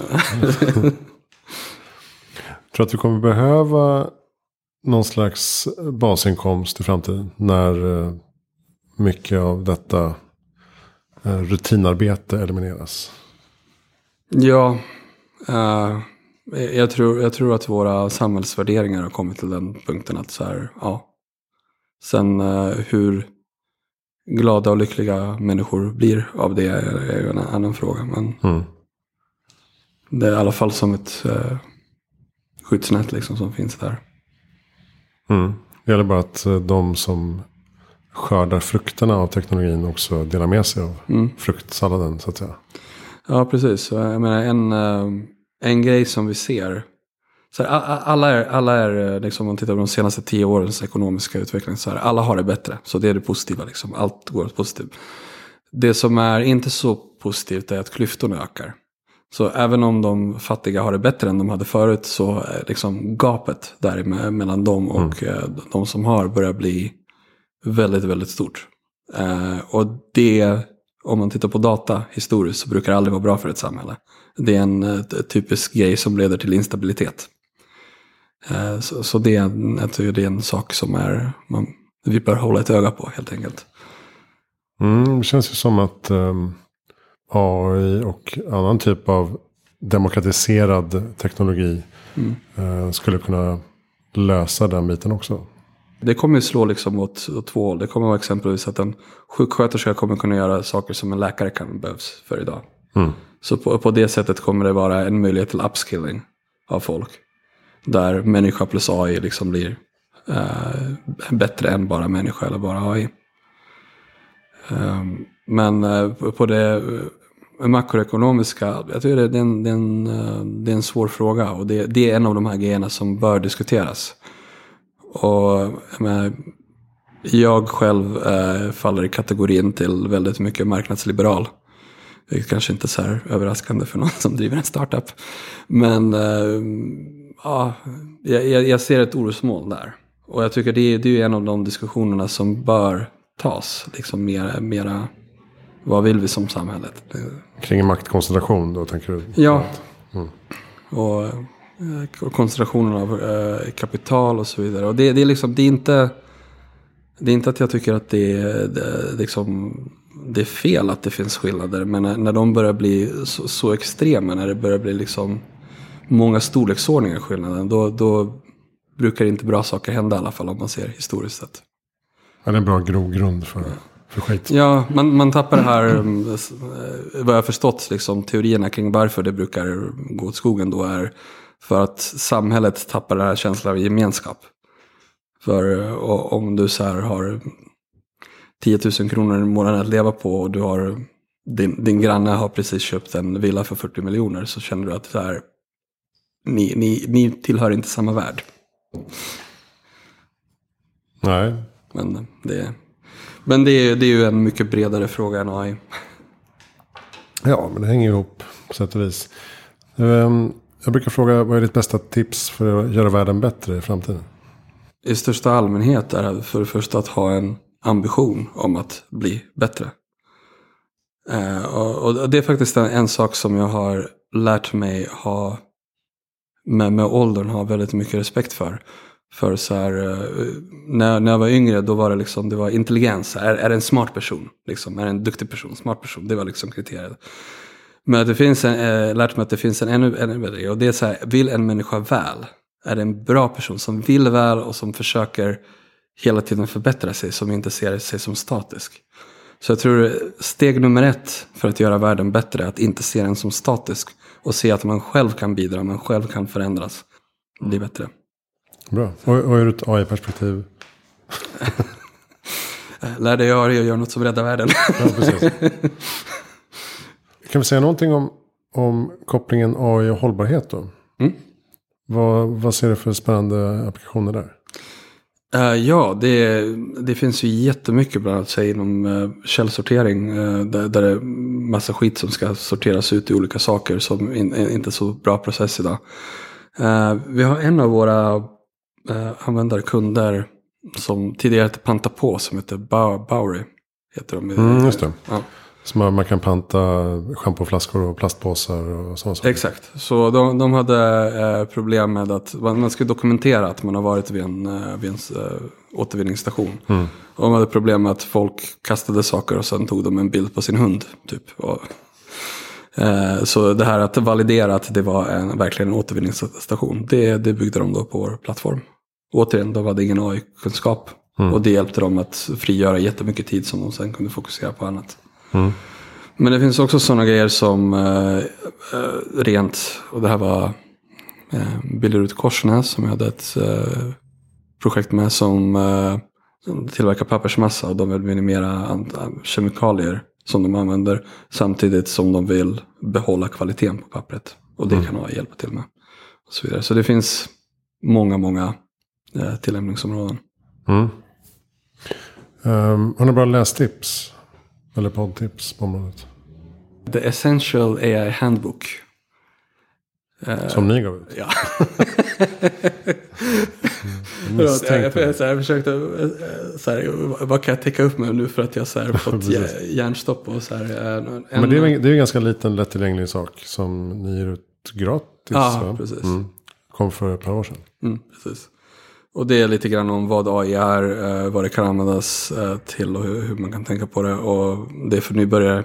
att vi kommer behöva någon slags basinkomst i framtiden. När mycket av detta rutinarbete elimineras. Ja, jag tror att våra samhällsvärderingar har kommit till den punkten att så här, Sen hur glada och lyckliga människor blir av det är ju en annan fråga. Men det är i alla fall som ett skyddsnät liksom som finns där. Det gäller bara att de som skördar frukterna av teknologin också delar med sig av fruktsalladen så att säga. Ja, precis. Jag menar en grej som vi ser. Så här, alla är liksom, om man tittar på de senaste 10 årens ekonomiska utveckling så här, alla har det bättre. Så det är det positiva liksom. Allt går åt positivt. Det som är inte så positivt är att klyftorna ökar. Så även om de fattiga har det bättre än de hade förut så är liksom gapet där mellan dem och de som har börjar bli väldigt, väldigt stort. Och det, om man tittar på data historiskt så brukar det aldrig vara bra för ett samhälle. Det är en typisk grej som leder till instabilitet. Så det är en sak som vi bör hålla ett öga på helt enkelt. Det känns ju som att AI och annan typ av demokratiserad teknologi skulle kunna lösa den biten också. Det kommer ju slå liksom åt två håll. Det kommer vara exempelvis att en sjuksköterska kommer kunna göra saker som en läkare kan behövs för idag. Så på det sättet kommer det vara en möjlighet till upskilling av folk. Där människa plus AI liksom blir bättre än bara människa eller bara AI. Men på det makroekonomiska, jag tror det är en svår fråga. Och det är en av de här grejerna som bör diskuteras. Och jag själv faller i kategorin till väldigt mycket marknadsliberal. Det är kanske inte så här överraskande för någon som driver en startup. Men ja, jag ser ett orosmoln där. Och jag tycker det är en av de diskussionerna som bör tas. Liksom mera vad vill vi som samhället? Kring maktkoncentration då tänker du? Ja. Och koncentrationen av kapital och så vidare. Och det är liksom, det är inte att jag tycker att det är fel att det finns skillnader. Men när de börjar bli så extrema, när det börjar bli liksom många storleksordningar skillnaden, då brukar inte bra saker hända i alla fall om man ser historiskt sett. Ja, det är en bra grogrund för skit. Ja, man tappar det här, vad jag har förstått, liksom, teorierna kring varför det brukar gå åt skogen då är för att samhället tappar den här känslan av gemenskap. För om du så här har 10 000 kronor i månaden att leva på och du har din granne har precis köpt en villa för 40 miljoner, så känner du att så här, ni tillhör inte samma värld. Nej. Men det är ju en mycket bredare fråga än AI. Ja, men det hänger ihop på sätt och vis. Jag brukar fråga, vad är ditt bästa tips för att göra världen bättre i framtiden? I största allmänhet är det för det första att ha en ambition om att bli bättre. Och det är faktiskt en sak som jag har lärt mig ha med åldern ha väldigt mycket respekt för. För så här, när jag var yngre, då var det liksom, det var intelligens. Är det en smart person? Liksom, är det en duktig person? Smart person, det var liksom kriteriet. Men det finns lärt mig att det finns en ännu bättre. Och det är så här, vill en människa väl? Är det en bra person som vill väl och som försöker hela tiden förbättra sig, som inte ser sig som statisk? Så jag tror steg nummer 1 för att göra världen bättre är att inte se den som statisk och se att man själv kan bidra, man själv kan förändras och bli bättre. Bra. Och ur ett AI-perspektiv? Lär dig AI och gör något som räddar världen. Ja, precis. Kan vi säga någonting om kopplingen AI och hållbarhet då? Vad ser du för spännande applikationer där? Ja, det finns ju jättemycket bland annat inom källsortering där det är massa skit som ska sorteras ut i olika saker som inte är så bra process idag. Vi har en av våra användare, kunder som tidigare hette Panta på, som heter Bowery. Heter de. Just det. Ja. Som man kan panta schampoflaskor och plastpåsar och sånt. Exakt. Så de hade problem med att man skulle dokumentera att man har varit vid en återvinningsstation. Och de hade problem med att folk kastade saker och sen tog de en bild på sin hund. Typ. Så det här att validera att det var verkligen en återvinningsstation, det byggde de då på vår plattform. Återigen, de hade ingen AI-kunskap. Och det hjälpte dem att frigöra jättemycket tid som de sen kunde fokusera på annat. Men det finns också sådana grejer som rent, och det här var Billerud Korsnäs som jag hade ett projekt med som tillverkar pappersmassa, och de vill minimera kemikalier som de använder samtidigt som de vill behålla kvaliteten på pappret, och det kan AI hjälpa till med och så vidare. Så det finns många tillämpningsområden. Har ni bara lästips eller poddtips på området? The Essential AI Handbook. Som ni gav ut? Ja. Jag försökte så här, vad kan jag täcka upp med nu för att jag så här fått hjärnstopp och så här. Men det är ju en ganska liten lättillgänglig sak som ni ger ut gratis. Ja, precis. Kom för ett par år sedan. Precis. Och det är lite grann om vad AI är, vad det kan användas till och hur man kan tänka på det. Och det är för nybörjare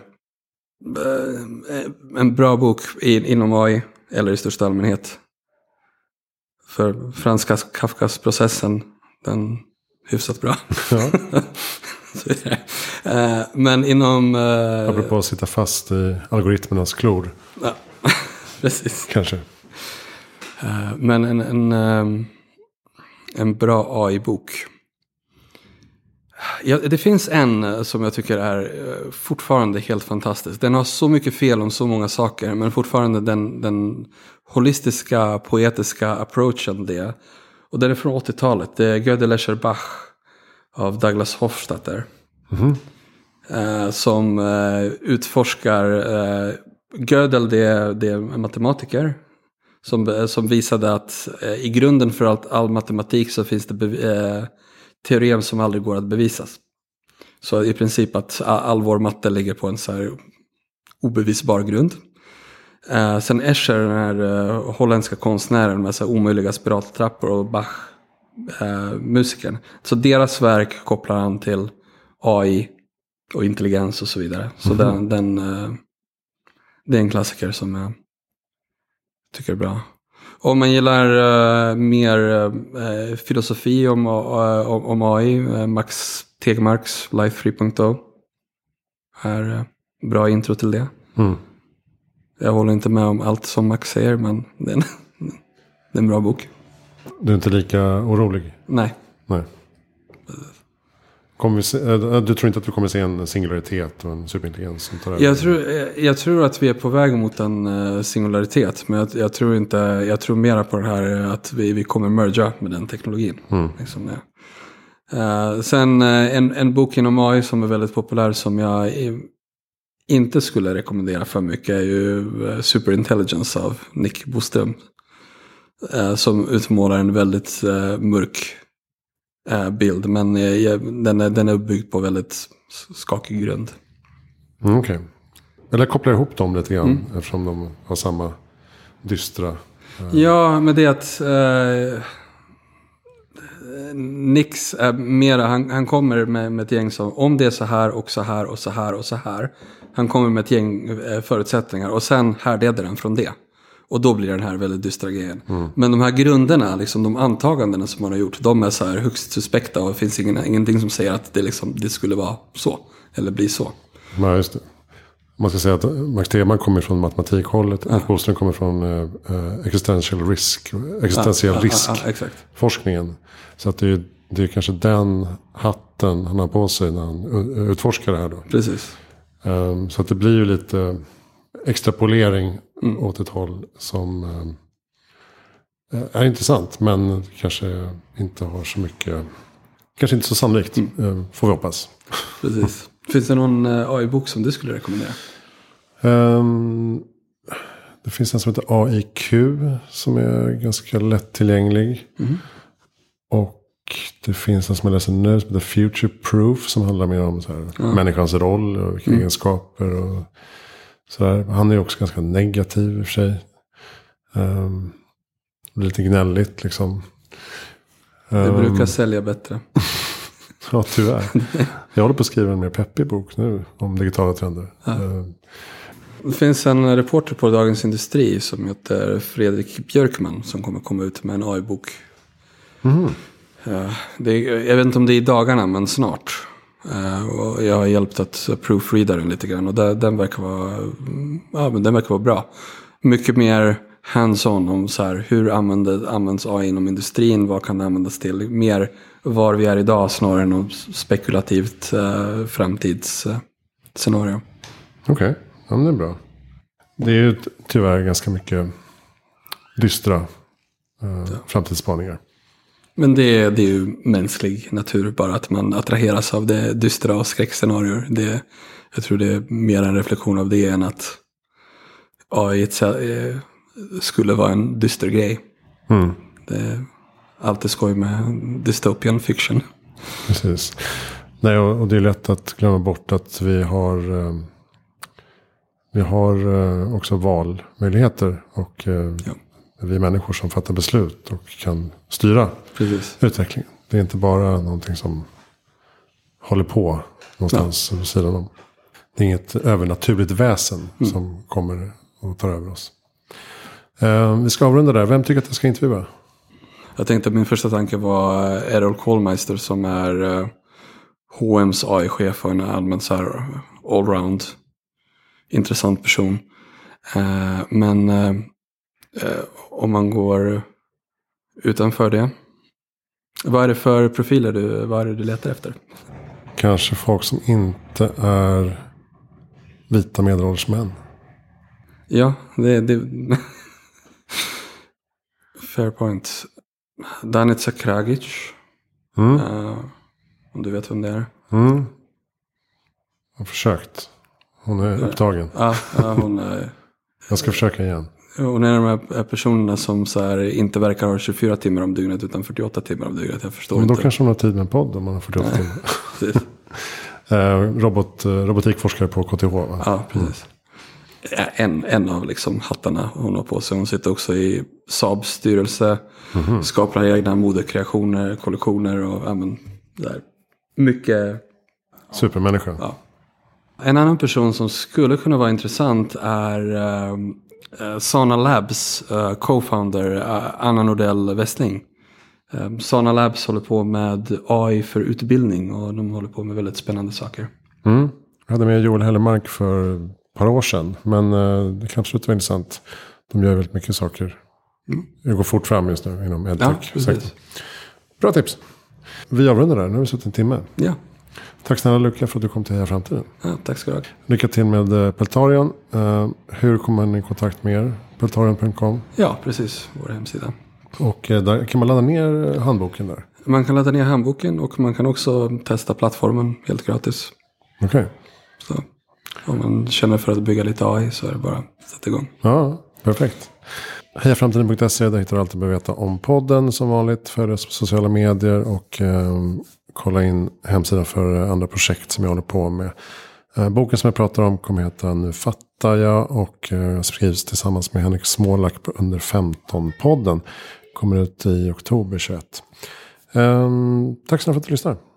en bra bok inom AI eller i största allmänhet. För Franz Kafkas processen, den hyfsat bra. Ja. Så är det. Men inom... Apropå att sitta fast i algoritmernas klor. Ja, precis. Kanske. Men en bra AI-bok. Ja, det finns en som jag tycker är fortfarande helt fantastisk. Den har så mycket fel om så många saker. Men fortfarande den holistiska, poetiska approachen det. Och den är från 80-talet. Det är Gödel Bach av Douglas Hofstadter. Mm-hmm. Som utforskar... Gödel det är en matematiker. Som visade att i grunden för all matematik så finns det teorem som aldrig går att bevisas. Så i princip att all vår matte ligger på en så här obevisbar grund. Sen Escher, den här holländska konstnären med så här omöjliga spiraltrappor, och Bach, musikern. Så deras verk kopplar han till AI och intelligens och så vidare. Så det är en klassiker som jag tycker är bra. Om man gillar mer filosofi om AI, Max Tegmarks Life 3.0 är bra intro till det. Mm. Jag håller inte med om allt som Max säger, men det är en bra bok. Du är inte lika orolig? Nej. Du tror inte att vi kommer se en singularitet och en superintelligens som tar över? Jag tror att vi är på väg mot en singularitet. Men jag tror mera på det här att vi kommer merga med den teknologin. Mm. Liksom, ja. Sen en bok inom AI som är väldigt populär som jag inte skulle rekommendera för mycket är ju Superintelligence av Nick Bostrom. Som utmålar en väldigt mörk bild, men den är uppbyggd på väldigt skakig grund. Okej. Eller kopplar ihop dem lite grann eftersom de har samma dystra... Ja, men det är att Nix är mera, han kommer med ett gäng som, om det är så här och så här och så här och så här. Han kommer med ett gäng förutsättningar och sen härleder den från det. Och då blir den här väldigt dystra grejen. Mm. Men de här grunderna, liksom de antagandena som man har gjort, de är så här högst suspekta och det finns ingenting som säger att det skulle vara så. Eller bli så. Nej, just det. Man ska säga att Max Tegmark kommer från matematikhållet. Nick Bostrom kommer från existentiell risk forskningen. Så att det är kanske den hatten han har på sig när han utforskar det här då. Precis. Så att det blir ju lite extrapolering åt ett håll som är intressant, men kanske inte har så mycket, kanske inte så sannolikt, får vi hoppas. Precis. Finns det någon AI-bok som du skulle rekommendera? Det finns en som heter AIQ som är ganska lättillgänglig. Mm. Och det finns en som jag läser nu som heter Future Proof som handlar mer om så här, människans roll och egenskaper och sådär. Han är också ganska negativ i och för sig. Lite gnälligt liksom. Det brukar sälja bättre. Ja, tyvärr. Jag håller på att skriva en mer peppig bok nu om digitala trender. Ja. Det finns en reporter på Dagens Industri som heter Fredrik Björkman som kommer komma ut med en AI-bok. Mm. Jag vet inte om det är i dagarna, men snart. Och jag har hjälpt att proofreada den lite grann. Och den verkar vara bra. Mycket mer hands-on om så här, hur används AI inom industrin. Vad kan det användas till? Mer var vi är idag snarare än något spekulativt framtidsscenario. Okej, ja, det är bra. Det är ju tyvärr ganska mycket dystra framtidsspaningar. Men det är ju mänsklig natur, bara att man attraheras av det dystra och skräckscenarier. Jag tror det är mer en reflektion av det än att AI skulle vara en dyster grej. Mm. Det är alltid skoj med dystopian fiction. Precis. Nej, och det är lätt att glömma bort att vi har också valmöjligheter och vi människor som fattar beslut och kan styra utvecklingen. Det är inte bara någonting som håller på någonstans vid sidan om. Det är inget övernaturligt väsen som kommer och tar över oss. Vi ska avrunda där. Vem tycker att jag ska intervjua? Jag tänkte att min första tanke var Errol Kohlmeister som är H&M's AI-chef och en allmänt så här allround intressant person. Men om man går utanför det. Vad är det för profiler vad är det du letar efter? Kanske folk som inte är vita medelålders män. Ja, det fair point. Danica Kragic. Om du vet vem det är. Jag har försökt. Hon är upptagen. Ja, hon är... Jag ska försöka igen. Hon är de här personerna som så här inte verkar ha 24 timmar om dygnet utan 48 timmar om dygnet. Jag förstår men då inte. Kanske hon har tid med en podd om man har 48 timmar. Robotikforskare på KTH, va? Ja, precis. En av liksom hattarna hon har på sig. Hon sitter också i Saabs styrelse. Skapar egna modekreationer, kollektioner och där. Mycket. Supermänniska. Ja. En annan person som skulle kunna vara intressant är Sana Labs co-founder Anna Nordell Westling. Sana Labs håller på med AI för utbildning och de håller på med väldigt spännande saker. Jag hade med Joel Hellermark för ett par år sedan, men det kan absolut vara intressant. De gör väldigt mycket saker. Det går fort fram just nu inom edtech. Ja, bra tips. Vi avrundar där, nu har vi suttit en timme. Ja. Tack snälla Luca för att du kom till Heja Framtiden. Ja, tack ska du ha. Lycka till med Peltarion. Hur kommer man i kontakt med er? Peltarion.com. Ja, precis. Vår hemsida. Och där kan man ladda ner handboken där? Man kan ladda ner handboken och man kan också testa plattformen helt gratis. Okej. Så om man känner för att bygga lite AI så är det bara att sätta igång. Ja, perfekt. Hejaframtiden.se, där hittar du allt du behöver veta om podden som vanligt. Följ oss på sociala medier och kolla in hemsidan för andra projekt som jag håller på med. Boken som jag pratar om kommer heta Nu fattar jag och skrivs tillsammans med Henrik Smålack på Under 15-podden. Kommer ut i oktober 21. Tack så mycket för att du lyssnar.